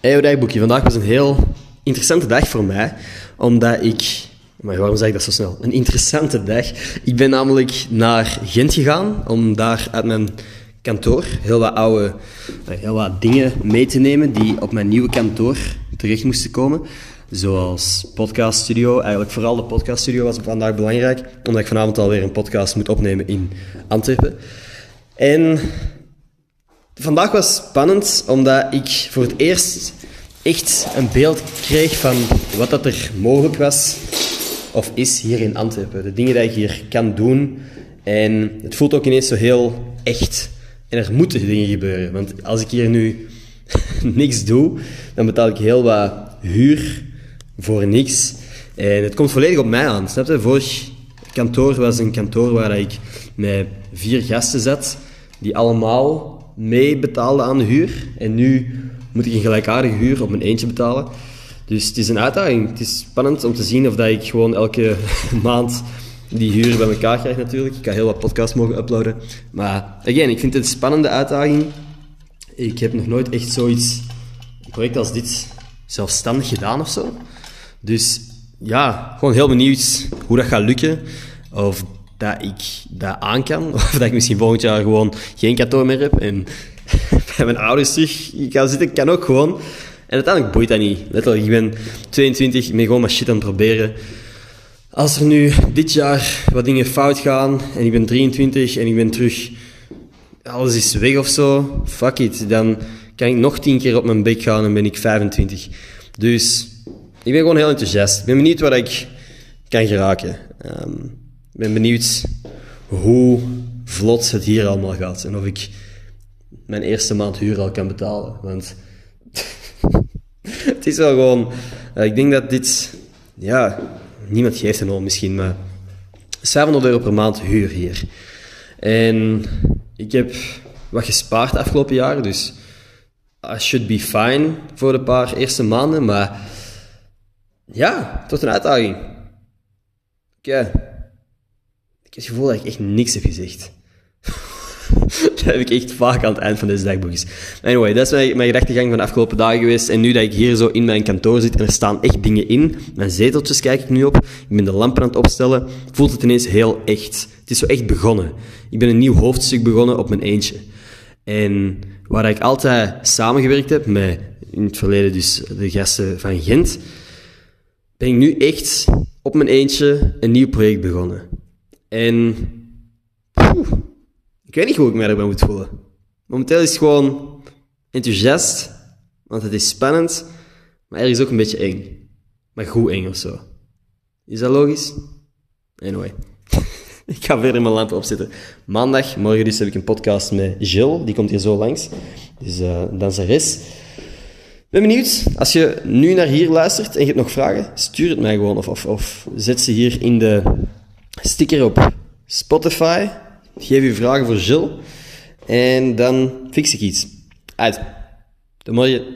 Hey, dagboekje. Vandaag was een heel interessante dag voor mij, omdat ik... Maar waarom zeg ik dat zo snel? Een interessante dag. Ik ben namelijk naar Gent gegaan om daar uit mijn kantoor heel wat dingen mee te nemen die op mijn nieuwe kantoor terecht moesten komen. Zoals podcaststudio. Eigenlijk vooral de podcaststudio was vandaag belangrijk, omdat ik vanavond alweer een podcast moet opnemen in Antwerpen. En vandaag was spannend, omdat ik voor het eerst echt een beeld kreeg van wat dat er mogelijk was of is hier in Antwerpen. De dingen die ik hier kan doen. En het voelt ook ineens zo heel echt. En er moeten dingen gebeuren. Want als ik hier nu niks doe, dan betaal ik heel wat huur voor niks. En het komt volledig op mij aan. Snap je? Vorig kantoor was een kantoor waar ik met 4 gasten zat, die allemaal mee betaalden aan de huur. En nu moet ik een gelijkaardige huur op mijn eentje betalen. Dus het is een uitdaging. Het is spannend om te zien of dat ik gewoon elke maand die huur bij elkaar krijg natuurlijk. Ik kan heel wat podcasts mogen uploaden. Maar again, ik vind het een spannende uitdaging. Ik heb nog nooit echt een project als dit zelfstandig gedaan of zo. Dus ja, gewoon heel benieuwd hoe dat gaat lukken. Of dat ik dat aan kan. Of dat ik misschien volgend jaar gewoon geen kantoor meer heb. En bij mijn ouders terug kan zitten. Kan ook gewoon. En uiteindelijk boeit dat niet. Letterlijk, ik ben 22, ik ben gewoon maar shit aan het proberen. Als er nu dit jaar wat dingen fout gaan en ik ben 23 en ik ben terug, alles is weg of zo, fuck it. Dan kan ik nog 10 keer op mijn bek gaan en ben ik 25. Dus ik ben gewoon heel enthousiast. Ik ben benieuwd waar ik kan geraken. Ik ben benieuwd hoe vlot het hier allemaal gaat en of ik mijn eerste maand huur al kan betalen. Want het is wel gewoon... ik denk dat dit... Ja, niemand geeft het al misschien, maar... €500 per maand huur hier. En ik heb wat gespaard de afgelopen jaren, dus... I should be fine voor de paar eerste maanden, maar... Ja, het wordt een uitdaging. Ik heb het gevoel dat ik echt niks heb gezegd. Dat heb ik echt vaak aan het eind van deze dagboekjes. Anyway, dat is mijn gedachtegang van de afgelopen dagen geweest. En nu dat ik hier zo in mijn kantoor zit en er staan echt dingen in, mijn zeteltjes kijk ik nu op, ik ben de lampen aan het opstellen, voelt het ineens heel echt. Het is zo echt begonnen. Ik ben een nieuw hoofdstuk begonnen op mijn eentje. En waar ik altijd samengewerkt heb met, in het verleden dus de gasten van Gent, ben ik nu echt op mijn eentje een nieuw project begonnen. En... ik weet niet hoe ik mij erbij moet voelen. Momenteel is het gewoon enthousiast, want het is spannend, maar ergens ook een beetje eng. Maar goed eng of zo. Is dat logisch? Anyway. Ik ga verder mijn lampen opzetten. Maandag, morgen dus, heb ik een podcast met Jill. Die komt hier zo langs. Dus een danseres. Ik ben benieuwd. Als je nu naar hier luistert en je hebt nog vragen, stuur het mij gewoon. Of zet ze hier in de sticker op Spotify. Geef je vragen voor Jill. En dan fix ik iets. Uit. Tot morgen.